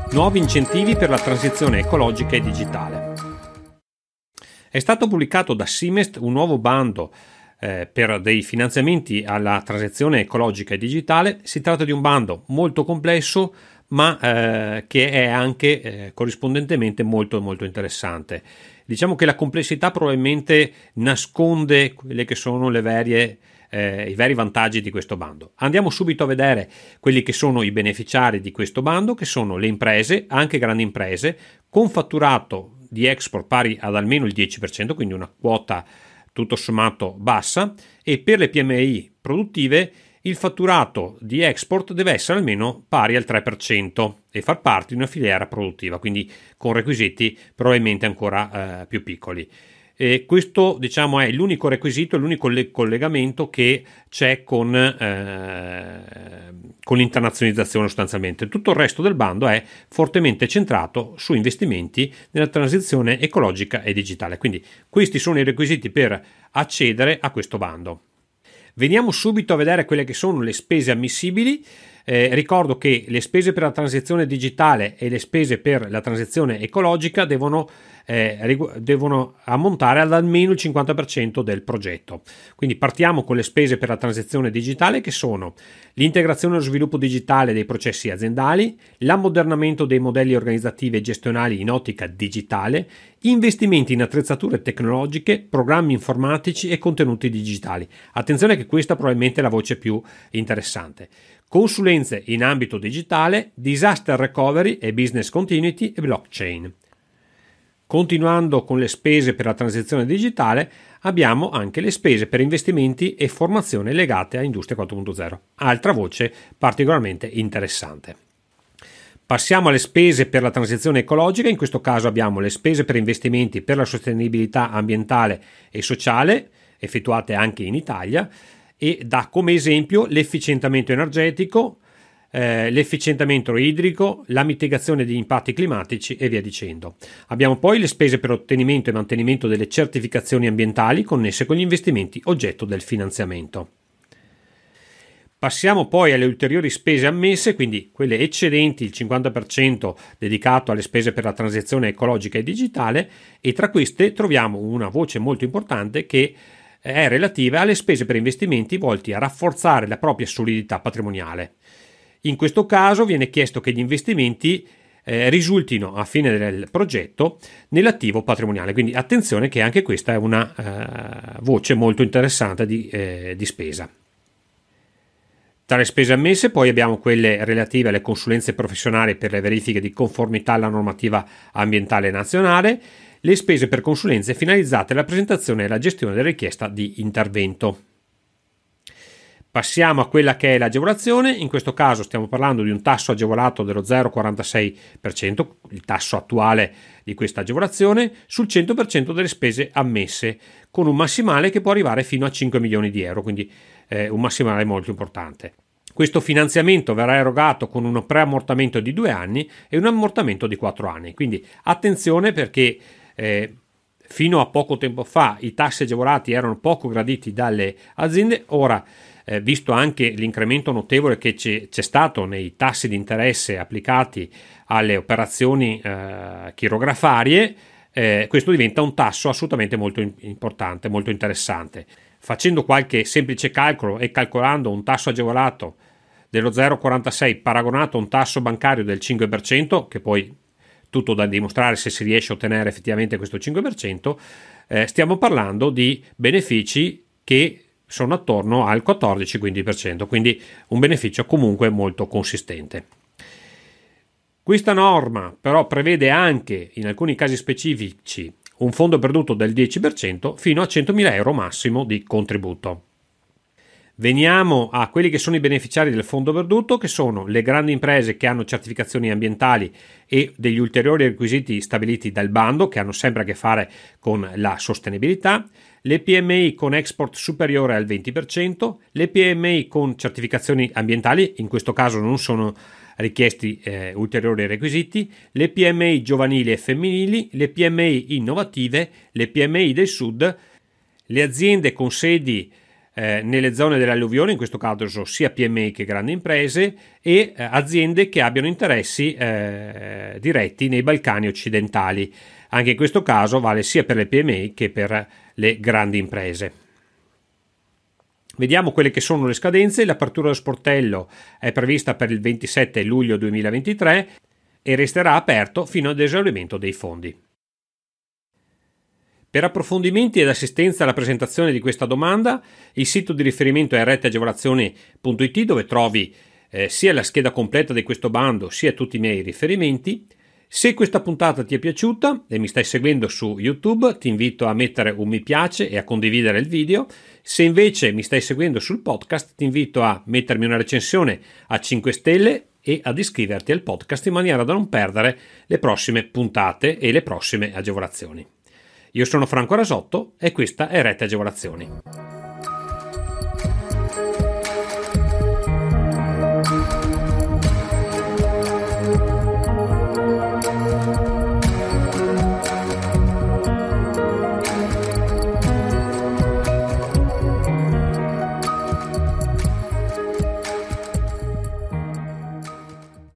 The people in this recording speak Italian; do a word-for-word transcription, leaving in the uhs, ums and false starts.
Nuovi incentivi per la transizione ecologica e digitale. È stato pubblicato da Simest un nuovo bando eh, per dei finanziamenti alla transizione ecologica e digitale. Si tratta di un bando molto complesso, ma eh, che è anche eh, corrispondentemente molto molto interessante. Diciamo che la complessità probabilmente nasconde quelle che sono le varie Eh, i veri vantaggi di questo bando. Andiamo subito a vedere quelli che sono i beneficiari di questo bando, che sono le imprese, anche grandi imprese, con fatturato di export pari ad almeno il dieci per cento, quindi una quota tutto sommato bassa, e per le P M I produttive il fatturato di export deve essere almeno pari al tre per cento e far parte di una filiera produttiva, quindi con requisiti probabilmente ancora eh, più piccoli. E questo, diciamo, è l'unico requisito, l'unico le- collegamento che c'è con, eh, con l'internazionalizzazione sostanzialmente. Tutto il resto del bando è fortemente centrato su investimenti nella transizione ecologica e digitale. Quindi questi sono i requisiti per accedere a questo bando. Veniamo subito a vedere quelle che sono le spese ammissibili. Eh, ricordo che le spese per la transizione digitale e le spese per la transizione ecologica devono, eh, rigu- devono ammontare ad almeno il cinquanta per cento del progetto. Quindi partiamo con le spese per la transizione digitale, che sono l'integrazione e lo sviluppo digitale dei processi aziendali, l'ammodernamento dei modelli organizzativi e gestionali in ottica digitale, investimenti in attrezzature tecnologiche, programmi informatici e contenuti digitali. Attenzione che questa probabilmente è la voce più interessante. Consulenze in ambito digitale, disaster recovery e business continuity e blockchain. Continuando con le spese per la transizione digitale, abbiamo anche le spese per investimenti e formazione legate a Industria quattro punto zero, altra voce particolarmente interessante. Passiamo alle spese per la transizione ecologica. In questo caso abbiamo le spese per investimenti per la sostenibilità ambientale e sociale, effettuate anche in Italia, e dà come esempio l'efficientamento energetico, eh, l'efficientamento idrico, la mitigazione di impatti climatici e via dicendo. Abbiamo poi le spese per ottenimento e mantenimento delle certificazioni ambientali connesse con gli investimenti oggetto del finanziamento. Passiamo poi alle ulteriori spese ammesse, quindi quelle eccedenti il cinquanta per cento dedicato alle spese per la transizione ecologica e digitale, e tra queste troviamo una voce molto importante che è relativa alle spese per investimenti volti a rafforzare la propria solidità patrimoniale. In questo caso viene chiesto che gli investimenti eh, risultino a fine del progetto nell'attivo patrimoniale, quindi attenzione che anche questa è una eh, voce molto interessante di, eh, di spesa. Tra le spese ammesse poi abbiamo quelle relative alle consulenze professionali per le verifiche di conformità alla normativa ambientale nazionale, le spese per consulenze finalizzate alla presentazione e alla gestione della richiesta di intervento. Passiamo a quella che è l'agevolazione. In questo caso stiamo parlando di un tasso agevolato dello zero virgola quarantasei per cento, il tasso attuale di questa agevolazione, sul cento per cento delle spese ammesse, con un massimale che può arrivare fino a cinque milioni di euro, quindi eh, un massimale molto importante. Questo finanziamento verrà erogato con un preammortamento di due anni e un ammortamento di quattro anni, quindi attenzione perché Eh, fino a poco tempo fa i tassi agevolati erano poco graditi dalle aziende. Ora, eh, visto anche l'incremento notevole che c'è, c'è stato nei tassi di interesse applicati alle operazioni eh, chirografarie, eh, questo diventa un tasso assolutamente molto importante, molto interessante. Facendo qualche semplice calcolo e calcolando un tasso agevolato dello zero virgola quarantasei paragonato a un tasso bancario del cinque per cento, che poi tutto da dimostrare se si riesce a ottenere effettivamente questo cinque per cento, eh, stiamo parlando di benefici che sono attorno al quattordici quindici per cento, quindi un beneficio comunque molto consistente. Questa norma però prevede anche in alcuni casi specifici un fondo perduto del dieci per cento fino a centomila euro massimo di contributo. Veniamo a quelli che sono i beneficiari del fondo perduto, che sono le grandi imprese che hanno certificazioni ambientali e degli ulteriori requisiti stabiliti dal bando, che hanno sempre a che fare con la sostenibilità, le P M I con export superiore al venti per cento, le P M I con certificazioni ambientali, in questo caso non sono richiesti eh, ulteriori requisiti, le P M I giovanili e femminili, le P M I innovative, le P M I del Sud, le aziende con sedi eh, nelle zone delle alluvioni, in questo caso sia P M I che grandi imprese, e eh, aziende che abbiano interessi eh, diretti nei Balcani occidentali. Anche in questo caso vale sia per le P M I che per le grandi imprese. Vediamo quelle che sono le scadenze. L'apertura dello sportello è prevista per il ventisette luglio duemilaventitré e resterà aperto fino ad esaurimento dei fondi. Per approfondimenti ed assistenza alla presentazione di questa domanda, il sito di riferimento è retteagevolazioni punto it, dove trovi eh, sia la scheda completa di questo bando sia tutti i miei riferimenti. Se questa puntata ti è piaciuta e mi stai seguendo su YouTube, ti invito a mettere un mi piace e a condividere il video. Se invece mi stai seguendo sul podcast, ti invito a mettermi una recensione a cinque stelle e ad iscriverti al podcast in maniera da non perdere le prossime puntate e le prossime agevolazioni. Io sono Franco Rasotto e questa è Rete Agevolazioni.